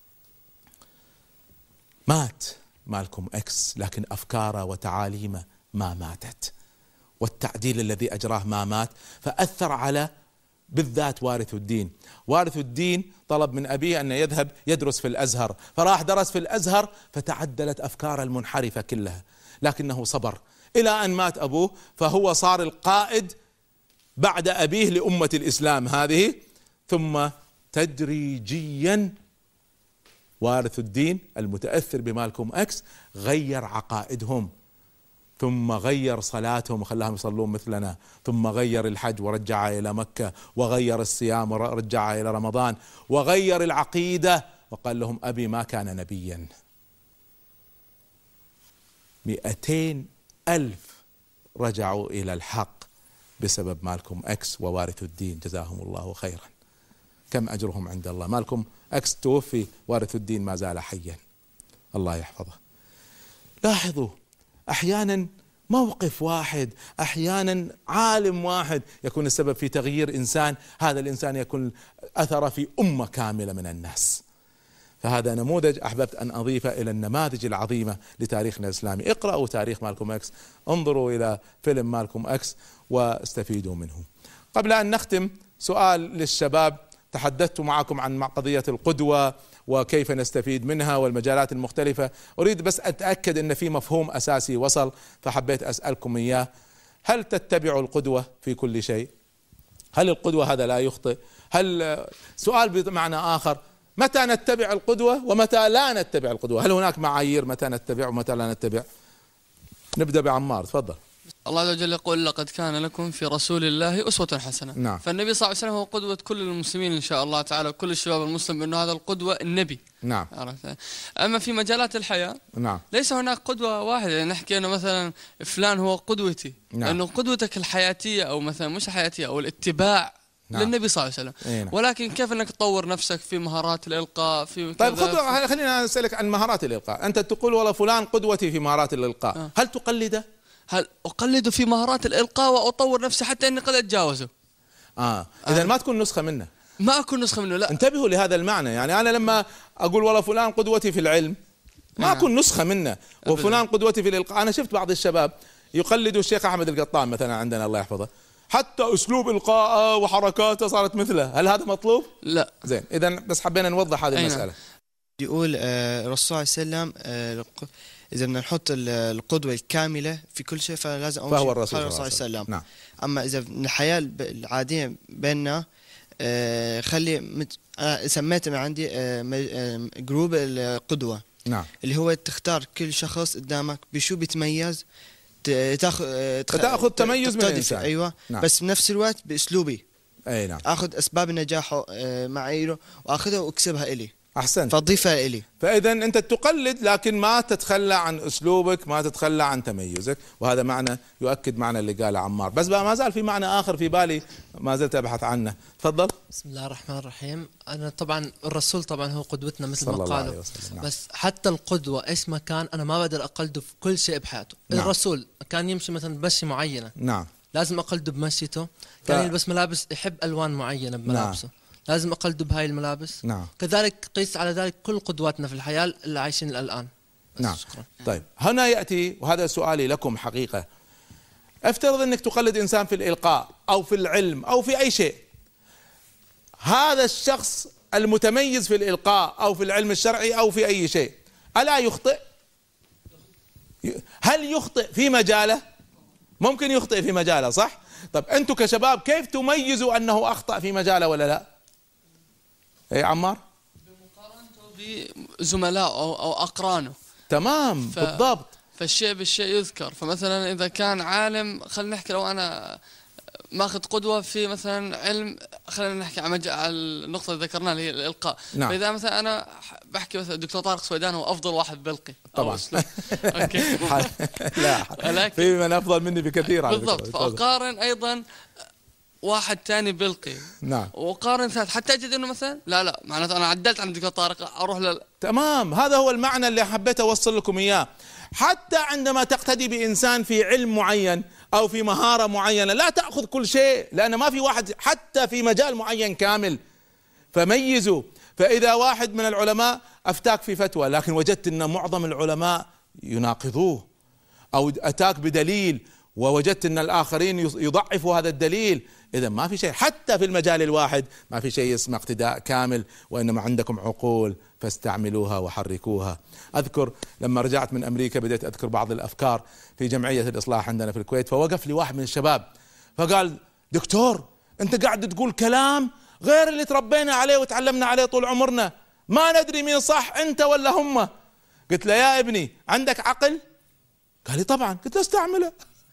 مات مالكوم إكس، لكن أفكاره وتعاليمه ما ماتت، والتعديل الذي أجراه ما مات، فأثر على بالذات وارث الدين. وارث الدين طلب من أبيه أن يذهب يدرس في الأزهر، فراح درس في الأزهر فتعدلت أفكاره المنحرفة كلها، لكنه صبر إلى أن مات أبوه، فهو صار القائد بعد أبيه لأمة الإسلام هذه. ثم تدريجيا وارث الدين المتأثر بمالكوم إكس غير عقائدهم، ثم غير صلاتهم وخلاهم يصلون مثلنا، ثم غير الحج ورجع إلى مكة، وغير الصيام ورجع إلى رمضان، وغير العقيدة وقال لهم أبي ما كان نبيا. مئتين ألف رجعوا إلى الحق بسبب مالكوم إكس ووارث الدين، جزاهم الله خيرا. كم أجرهم عند الله. مالكوم إكس توفي، وارث الدين ما زال حيا، الله يحفظه. لاحظوا أحيانا موقف واحد، أحيانا عالم واحد يكون السبب في تغيير إنسان، هذا الإنسان يكون أثر في أمة كاملة من الناس. فهذا نموذج أحببت أن أضيفه إلى النماذج العظيمة لتاريخنا الإسلامي. اقرأوا تاريخ مالكوم إكس، انظروا إلى فيلم مالكوم إكس واستفيدوا منه. قبل أن نختم سؤال للشباب. تحدثت معكم عن قضية القدوة وكيف نستفيد منها والمجالات المختلفة. أريد بس أتأكد أن في مفهوم أساسي وصل، فحبيت أسألكم إياه. هل تتبعوا القدوة في كل شيء؟ هل القدوة هذا لا يخطئ؟ هل سؤال بمعنى آخر، متى نتبع القدوة ومتى لا نتبع القدوة؟ هل هناك معايير متى نتبع ومتى لا نتبع؟ نبدأ بعمار، تفضل. الله عز وجل يقول لقد كان لكم في رسول الله أسوة حسنة. نعم. فالنبي صلى الله عليه وسلم هو قدوة كل المسلمين إن شاء الله تعالى، كل الشباب المسلم بأنه هذا القدوة النبي. نعم. أما في مجالات الحياة نعم. ليس هناك قدوة واحدة، يعني نحكي أنه مثلا فلان هو قدوتي. نعم. لأنه قدوتك الحياتية أو مثلا مش الحياتية أو الاتباع نعم. للنبي صلى الله عليه وسلم. نعم. ولكن كيف أنك تطور نفسك في مهارات الإلقاء في طيب خذ خلينا أسألك عن مهارات الإلقاء. أنت تقول والله فلان قدوتي في مهارات الإلقاء. آه. هل تقلده؟ هل أقلده في مهارات الإلقاء وأطور نفسي حتى أني قد أتجاوزه؟ آه. إذا آه. ما تكون نسخة منه. ما أكون نسخة منه، لا. انتبهوا لهذا المعنى. يعني أنا لما أقول والله فلان قدوتي في العلم ما أكون نسخة منه، وفلان قدوتي في الإلقاء. أنا شفت بعض الشباب يقلدوا الشيخ أحمد القطان مثلا عندنا الله يحفظه، حتى أسلوب إلقاءه وحركاته صارت مثله. هل هذا مطلوب؟ لا. زين، إذا بس حبينا نوضح هذه المسألة. يقول الرسول صلى الله عليه وسلم إذا بدنا نحط القدوة الكاملة في كل شيء فلازم أول فهو الرسول صلى الله عليه وسلم. نعم. أما إذا من الحياة العادية بيننا خلي مت... أنا سميته من عندي جروب القدوة. نعم. اللي هو تختار كل شخص قدامك بشو بيتميز، تاخذ تاخذ تميز من الإنسان. أيوة. نعم. بس بنفس الوقت بأسلوبي. أي نعم. أخذ أسباب نجاحه معاييره وأخذها وأكسبها إلي. أحسنت. فضيفة إلي. فإذا أنت تقلد لكن ما تتخلى عن أسلوبك، ما تتخلى عن تميزك، وهذا معنى يؤكد معنى اللي قاله عمار. بس بقى ما زال في معنى آخر في بالي ما زلت أبحث عنه. تفضل. بسم الله الرحمن الرحيم. أنا طبعا الرسول طبعا هو قدوتنا مثل ما قالوا، نعم. بس حتى القدوة إيش ما كان أنا ما بقدر أقلده في كل شيء بحياته. نعم. الرسول كان يمشي مثلا بمشي معينة، نعم، لازم أقلده بمشيته. كان ف... يلبس ملابس يحب ألوان معينة بملابسه، نعم. لازم أقلده بهاي الملابس. نعم. كذلك قيس على ذلك كل قدواتنا في الحياة اللي عايشين الآن. نعم. شكرا. طيب هنا يأتي وهذا سؤالي لكم حقيقة. افترض أنك تقلد إنسان في الإلقاء أو في العلم أو في أي شيء. هذا الشخص المتميز في الإلقاء أو في العلم الشرعي أو في أي شيء ألا يخطئ؟ هل يخطئ في مجاله؟ ممكن يخطئ في مجاله، صح؟ طب أنتم كشباب كيف تميزوا أنه أخطأ في مجاله ولا لا؟ إيه عمار؟ بمقارنته بزملائه أو, أو أقرانه. تمام. ف... بالضبط. فالشيء بالشيء يذكر. فمثلا إذا كان عالم، خلينا نحكي لو أنا ماخذ قدوة في مثلا علم، خلينا نحكي على النقطة اللي ذكرناها اللي هي الإلقاء. نعم. فإذا مثلا أنا بحكي مثلا الدكتور طارق سويدان هو أفضل واحد بيلقي طبعا. أوكي. لا، في من أفضل مني بكثير على بالضبط. فأقارن أيضا واحد ثاني بيلقي. نعم. وقارن ثالث حتى أجد إنه مثلا لا لا معناته أنا عدلت عن الدكتور طارق أروح لل. تمام. هذا هو المعنى اللي حبيت أوصل لكم إياه. حتى عندما تقتدي بإنسان في علم معين أو في مهارة معينة لا تأخذ كل شيء، لأن ما في واحد حتى في مجال معين كامل. فميزوا. فإذا واحد من العلماء أفتاك في فتوى لكن وجدت أن معظم العلماء يناقضوه، أو أتاك بدليل ووجدت أن الآخرين يضعفوا هذا الدليل، إذا ما في شيء. حتى في المجال الواحد ما في شيء اسمه اقتداء كامل، وإنما عندكم عقول فاستعملوها وحركوها. أذكر لما رجعت من أمريكا بديت أذكر بعض الأفكار في جمعية الإصلاح عندنا في الكويت، فوقف لي واحد من الشباب فقال دكتور أنت قاعد تقول كلام غير اللي تربينا عليه وتعلمنا عليه طول عمرنا، ما ندري مين صح أنت ولا هم. قلت له يا ابني عندك عقل؟ قال لي طبعا. قلت له استعمله،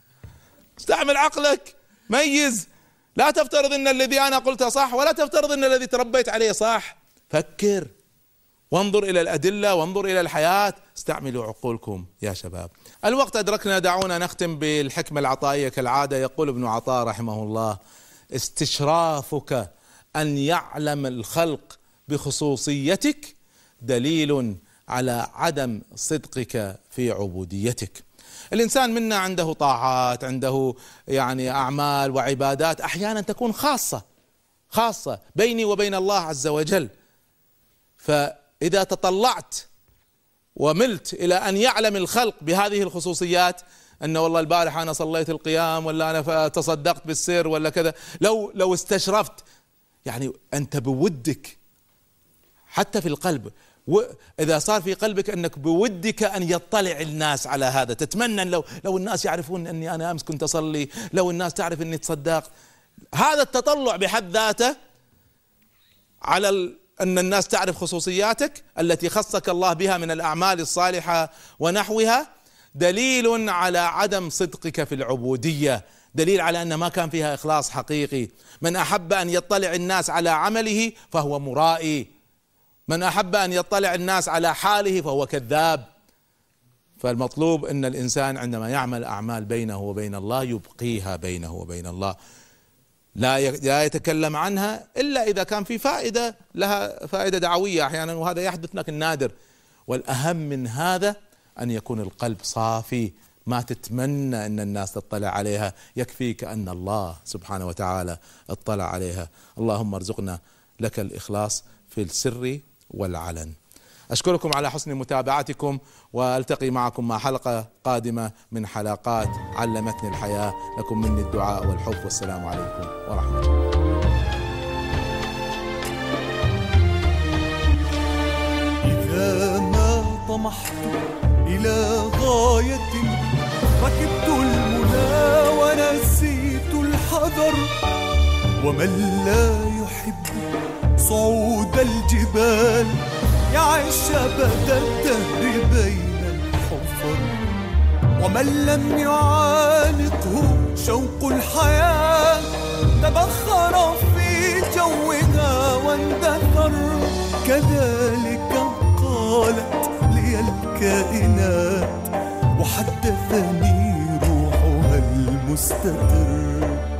استعمل عقلك، ميز. لا تفترض ان الذي انا قلته صح ولا تفترض ان الذي تربيت عليه صح. فكر وانظر الى الادله وانظر الى الحياه. استعملوا عقولكم يا شباب. الوقت ادركنا، دعونا نختم بالحكمه العطائيه كالعاده. يقول ابن عطاء رحمه الله: استشرافك ان يعلم الخلق بخصوصيتك دليل على عدم صدقك في عبوديتك. الإنسان منا عنده طاعات، عنده يعني أعمال وعبادات أحيانا تكون خاصة خاصة بيني وبين الله عز وجل. فإذا تطلعت وملت إلى أن يعلم الخلق بهذه الخصوصيات، أنه والله البارحة أنا صليت القيام، ولا أنا تصدقت بالسر، ولا كذا، لو لو استشرفت يعني أنت بودك حتى في القلب، وإذا صار في قلبك أنك بودك أن يطلع الناس على هذا، تتمنى لو لو الناس يعرفون أني أنا أمس كنت أصلي، لو الناس تعرف أني تصدقت. هذا التطلع بحد ذاته على أن الناس تعرف خصوصياتك التي خصك الله بها من الأعمال الصالحة ونحوها دليل على عدم صدقك في العبودية، دليل على أن ما كان فيها إخلاص حقيقي. من أحب أن يطلع الناس على عمله فهو مرائي، من أحب أن يطلع الناس على حاله فهو كذاب. فالمطلوب أن الإنسان عندما يعمل أعمال بينه وبين الله يبقيها بينه وبين الله، لا لا يتكلم عنها إلا إذا كان في فائدة لها، فائدة دعوية أحيانا، وهذا يحدث لكن نادر. والأهم من هذا أن يكون القلب صافي، ما تتمنى أن الناس تطلع عليها، يكفيك أن الله سبحانه وتعالى اطلع عليها. اللهم ارزقنا لك الإخلاص في السر والعلن. أشكركم على حسن متابعتكم، وألتقي معكم مع حلقة قادمة من حلقات علمتني الحياة. لكم مني الدعاء والحب، والسلام عليكم ورحمة الله. إذا ما طمحت إلى غاية ركبت المنى ونسيت الحذر، ومن لا يحب صعود الجبال يعيش أبد الدهر بين الحفر، ومن لم يعانقه شوق الحياة تبخر في جوها واندثر. كذلك الكائنات وحدثني روحها المستتر.